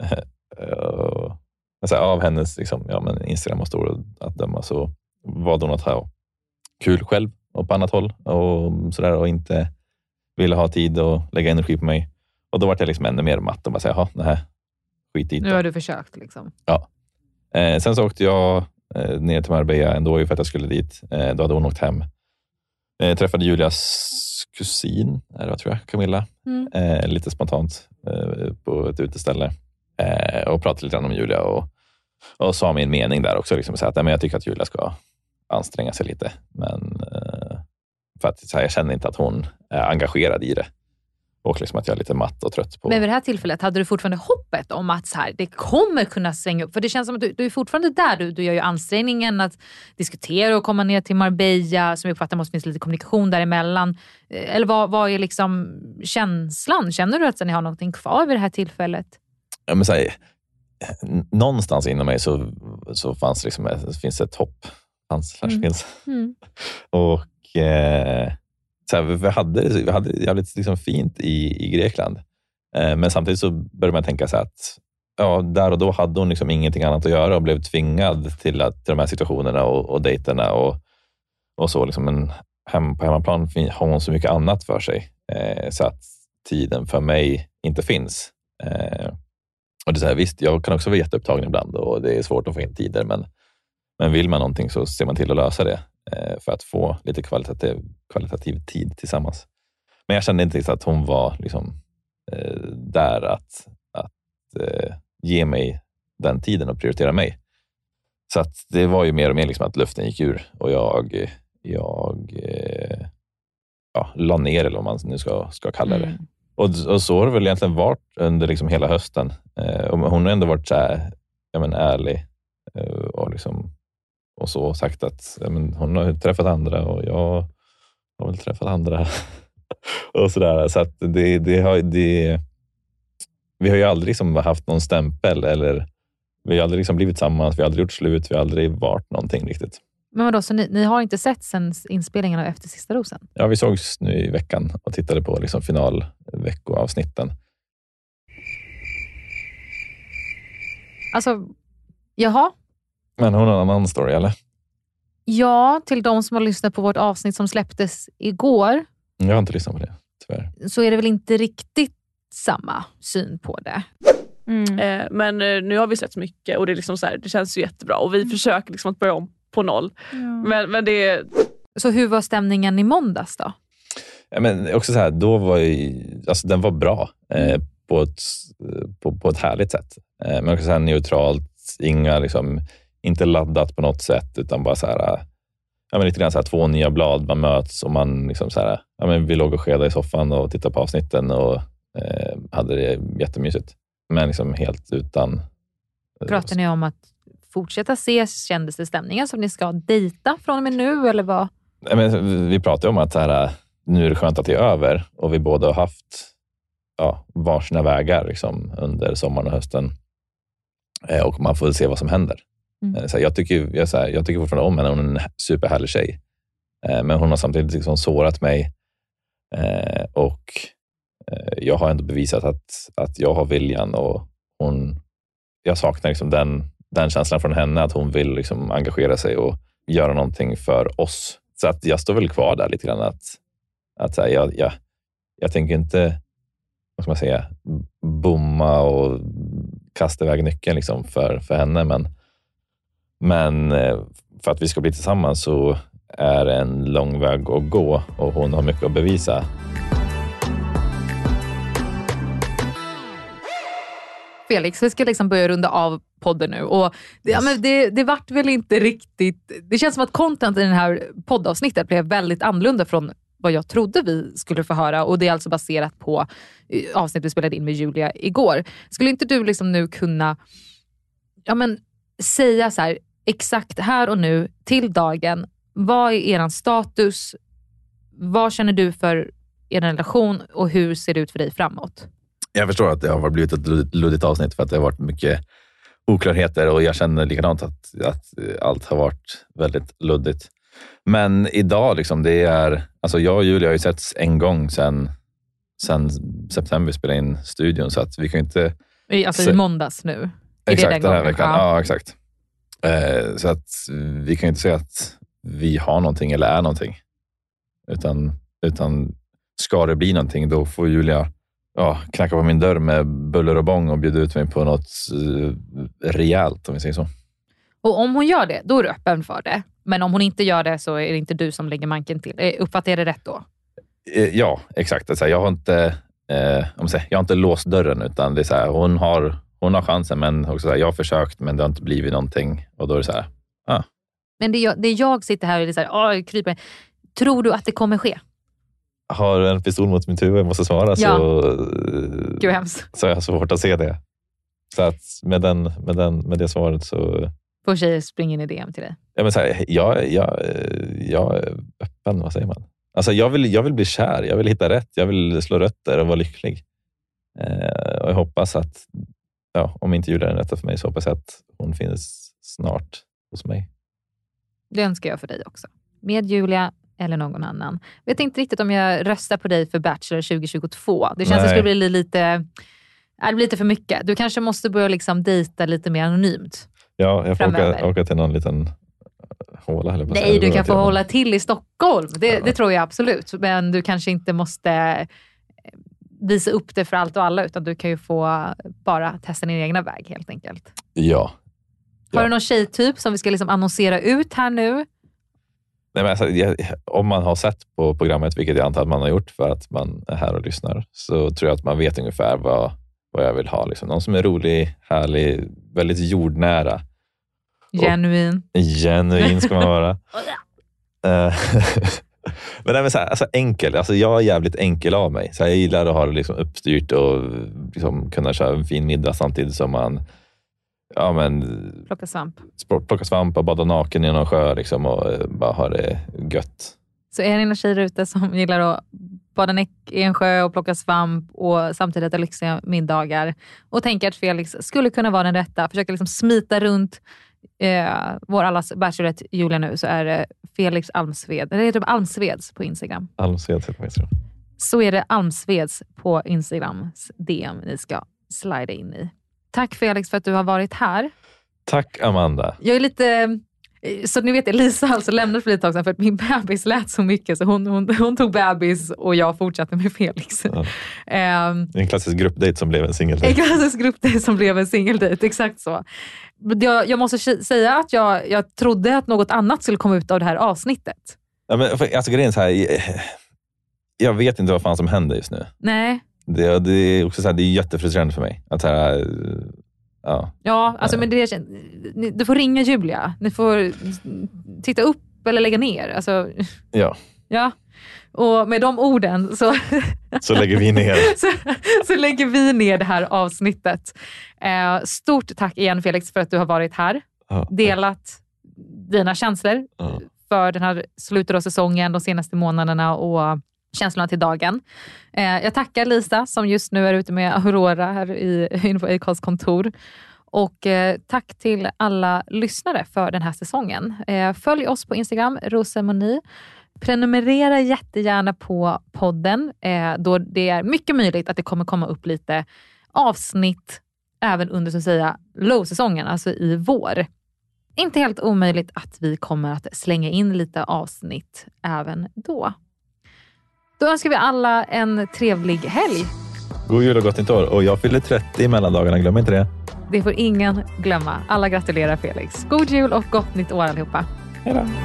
Så här, av hennes liksom, Instagram och story att döma, så valde hon att ha kul själv och på annat håll och sådär, och inte ville ha tid och lägga energi på mig. Och då var jag liksom ännu mer matt och bara säga, nej, skit i det. Nu har du försökt liksom. Ja. Sen så åkte jag ner till Marbella ändå för att jag skulle dit. Då hade hon åkt hem. Träffade Julias kusin, tror jag, Camilla. Lite spontant på ett uteställe. Och pratade lite om Julia och sa min mening där också. Liksom, så att, men jag tycker att Julia ska anstränga sig lite. Men för att så här, jag känner inte att hon är engagerad i det. Och liksom att jag är lite matt och trött på... Men vid det här tillfället hade du fortfarande hoppet om att så här, det kommer kunna svänga upp? För det känns som att du är fortfarande där. Du gör ju ansträngningen att diskutera och komma ner till Marbella. Som jag uppfattar måste finnas lite kommunikation däremellan. Eller vad är liksom känslan? Känner du att ni har någonting kvar vid det här tillfället? Ja, men så här, någonstans inom mig så fanns liksom, finns ett hopp. Finns. Och... Så här, vi hade jävligt liksom fint i Grekland. Men samtidigt så började man tänka så här att där och då hade hon liksom ingenting annat att göra och blev tvingad till de här situationerna och dejterna och så. Liksom, men på hemmaplan har hon så mycket annat för sig så att tiden för mig inte finns. Och det är så här, visst, jag kan också vara jätteupptagen ibland och det är svårt att få in tider, men vill man någonting så ser man till att lösa det. För att få lite kvalitativ tid tillsammans. Men jag kände inte att hon var liksom, där att ge mig den tiden och prioritera mig. Så att det var ju mer och mer liksom att luften gick ur och jag la ner, eller vad man nu ska kalla det. Och så har det väl egentligen varit under liksom hela hösten. Och hon har ändå varit så här, ärlig Och liksom och så sagt att men, hon har träffat andra och jag har väl träffat andra och sådär. Så att vi har ju aldrig liksom haft någon stämpel eller vi har aldrig liksom blivit tillsammans, vi har aldrig gjort slut, vi har aldrig varit någonting riktigt. Men vadå, så ni har inte sett sen inspelningen av Efter sista rosen? Ja, vi sågs nu i veckan och tittade på liksom finalveckoavsnitten. Alltså, jaha. Men hon har en annan story, eller? Ja, till de som har lyssnat på vårt avsnitt som släpptes igår. Jag har inte lyssnat på det, tyvärr. Så är det väl inte riktigt samma syn på det. Men nu har vi sett mycket och det är liksom så här, det känns ju jättebra. Och vi försöker liksom att börja om på noll. Ja. Men det... Så hur var stämningen i måndags då? Ja, men också så här, då var alltså den var bra på ett härligt sätt. Men också så här neutralt, inga liksom, inte laddat på något sätt utan bara så här, ja, men lite grann så här, 2 nya blad, man möts och man liksom så här, ja, men vi låg och skedade i soffan och tittade på avsnitten och hade det jättemysigt. Men liksom helt utan... Pratar ni om att fortsätta ses? Kändes det stämningen som ni ska dejta från och med nu eller vad? Ja, men vi pratade om att så här, nu är det skönt att det är över och vi båda har haft varsina vägar liksom, under sommaren och hösten. Och man får se vad som händer. Så jag tycker fortfarande om henne. Hon är en superhärlig tjej. Men hon har samtidigt liksom sårat mig. Och jag har ändå bevisat att jag har viljan. Och jag saknar liksom den känslan från henne. Att hon vill liksom engagera sig och göra någonting för oss. Så att jag står väl kvar där lite grann. Att jag tänker inte, vad ska man säga, bomma och kasta iväg nyckeln liksom för henne. Men för att vi ska bli tillsammans så är det en lång väg att gå och hon har mycket att bevisa. Felix, vi ska liksom börja runda av podden nu. Och det vart väl inte riktigt... Det känns som att content i den här poddavsnittet blev väldigt annorlunda från vad jag trodde vi skulle få höra. Och det är alltså baserat på avsnitt vi spelade in med Julia igår. Skulle inte du liksom nu kunna säga så här exakt här och nu till dagen, vad är eran status? Vad känner du för er relation och hur ser det ut för dig framåt? Jag förstår att det har blivit ett luddigt avsnitt för att det har varit mycket oklarheter och jag känner likadant att allt har varit väldigt luddigt. Men idag liksom, det är, alltså jag och Julia har ju setts en gång sen september vi spelade in studion så att vi kan inte... Alltså i måndags nu? Exakt, den här veckan. Ja, exakt. Så att vi kan inte säga att vi har någonting eller är någonting. Utan ska det bli någonting då får Julia knacka på min dörr med buller och bång och bjuda ut mig på något rejält, om vi säger så. Och om hon gör det, då är du öppen för det. Men om hon inte gör det så är det inte du som lägger manken till. Uppfattar jag det rätt då? Ja, exakt. Alltså, jag har inte låst dörren utan det är så här, hon har chansen men också så här, jag har försökt men det har inte blivit någonting och då är det så här. Men det jag sitter här och är så här, kryper. Tror du att det kommer ske? Har en pistol mot min huvud och måste svara Gud, hemskt. Så jag har svårt att se det. Så att med det svaret så... Får tjejer springa in i DM till dig? Ja, men så här, jag är öppen, vad säger man? Alltså jag vill bli kär, jag vill hitta rätt, jag vill slå rötter och vara lycklig. Och jag hoppas att, om inte Julia är rätt för mig så hoppas jag att hon finns snart hos mig. Det önskar jag för dig också. Med Julia eller någon annan. Vet inte riktigt om jag röstar på dig för Bachelor 2022. Det känns att det skulle bli lite för mycket. Du kanske måste börja liksom dejta lite mer anonymt. Ja, jag får åka till någon liten håla. Nej, du kan få hålla till i Stockholm. Det tror jag absolut. Men du kanske inte måste visa upp det för allt och alla utan du kan ju få bara testa din egna väg helt enkelt. Ja. Har du någon tjejtyp som vi ska liksom annonsera ut här nu? Nej, men alltså, om man har sett på programmet, vilket jag antar att man har gjort för att man är här och lyssnar, så tror jag att man vet ungefär vad jag vill ha. Liksom. Någon som är rolig, härlig, väldigt jordnära. Genuin ska man vara. Men det är så här, alltså enkel. Alltså jag är jävligt enkel av mig. Så jag gillar att ha det liksom uppstyrt och liksom kunna köra en fin middag samtidigt som man plocka svamp och bada naken i någon sjö liksom, och bara ha det gött. Så är det några tjejer ute som gillar att bada näck i en sjö och plocka svamp och samtidigt äta lyxiga middagar och tänker att Felix skulle kunna vara den rätta, försöka liksom smita runt vår allas bachelorette Julia nu, så är det Felix Almsved. Det heter Almsveds på Instagram. Almsveds heter på Instagram. Så är det Almsveds på Instagrams DM ni ska slida in i. Tack Felix för att du har varit här. Tack Amanda. Jag är lite... Så ni vet, Lisa alltså lämnade för lite tag sedan för att min bebis lät så mycket så hon tog bebis och jag fortsatte med Felix. Ja. En klassisk gruppdate som blev en singeldate. En klassisk gruppdate som blev en singeldate, exakt så. Jag måste säga att jag trodde att något annat skulle komma ut av det här avsnittet. Ja, men, alltså grejen är så här, jag vet inte vad fan som händer just nu. Nej. Det är också så här, det är jättefrustrerande för mig att här, ja, alltså men du får ringa Julia. Ni får titta upp eller lägga ner. Alltså, ja. Och med de orden så lägger vi ner. så lägger vi ner det här avsnittet. Stort tack igen Felix för att du har varit här. Delat dina känslor för den här slutet av säsongen, de senaste månaderna och känslorna till dagen. Jag tackar Lisa som just nu är ute med Aurora här inne på Acasts kontor. Och tack till alla lyssnare för den här säsongen. Följ oss på Instagram, Rosemoni. Prenumerera jättegärna på podden. Då det är mycket möjligt att det kommer komma upp lite avsnitt även under så att säga low-säsongen, alltså i vår. Inte helt omöjligt att vi kommer att slänga in lite avsnitt även då. Då önskar vi alla en trevlig helg. God jul och gott nytt år. Och jag fyller 30 i mellandagarna, glöm inte det. Det får ingen glömma. Alla gratulerar Felix. God jul och gott nytt år allihopa. Hej då.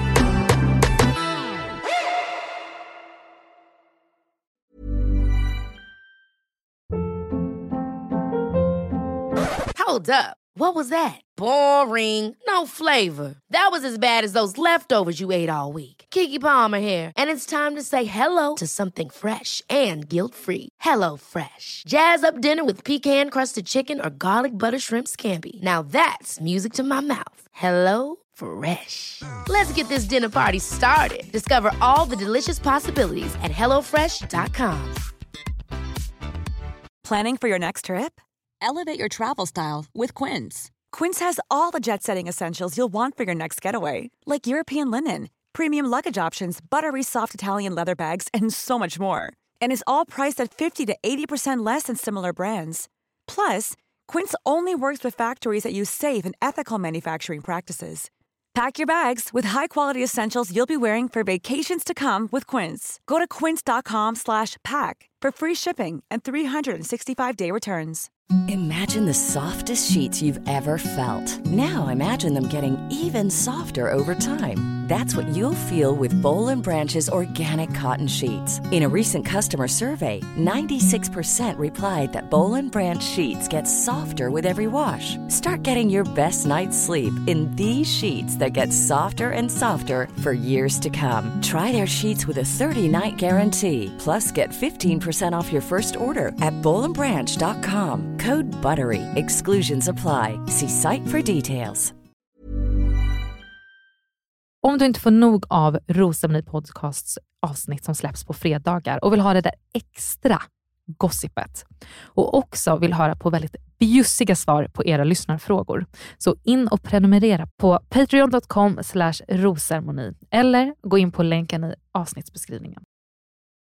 Hold up. What was that? Boring. No flavor. That was as bad as those leftovers you ate all week. Keke Palmer here. And it's time to say hello to something fresh and guilt-free. Hello Fresh. Jazz up dinner with pecan-crusted chicken or garlic butter shrimp scampi. Now that's music to my mouth. Hello Fresh. Let's get this dinner party started. Discover all the delicious possibilities at hellofresh.com. Planning for your next trip? Elevate your travel style with Quince. Quince has all the jet-setting essentials you'll want for your next getaway, like European linen, premium luggage options, buttery soft Italian leather bags, and so much more. And is all priced at 50 to 80% less than similar brands. Plus, Quince only works with factories that use safe and ethical manufacturing practices. Pack your bags with high-quality essentials you'll be wearing for vacations to come with Quince. Go to quince.com/pack for free shipping and 365-day returns. Imagine the softest sheets you've ever felt. Now imagine them getting even softer over time. That's what you'll feel with Boll & Branch's organic cotton sheets. In a recent customer survey, 96% replied that Boll & Branch sheets get softer with every wash. Start getting your best night's sleep in these sheets that get softer and softer for years to come. Try their sheets with a 30-night guarantee. Plus, get 15% off your first order at bollandbranch.com. Code BUTTERY. Exclusions apply. See site for details. Om du inte får nog av Rosemoni Podcasts avsnitt som släpps på fredagar och vill ha det där extra gossipet och också vill höra på väldigt bjussiga svar på era lyssnarfrågor, så in och prenumerera på patreon.com/rosemoni eller gå in på länken i avsnittsbeskrivningen.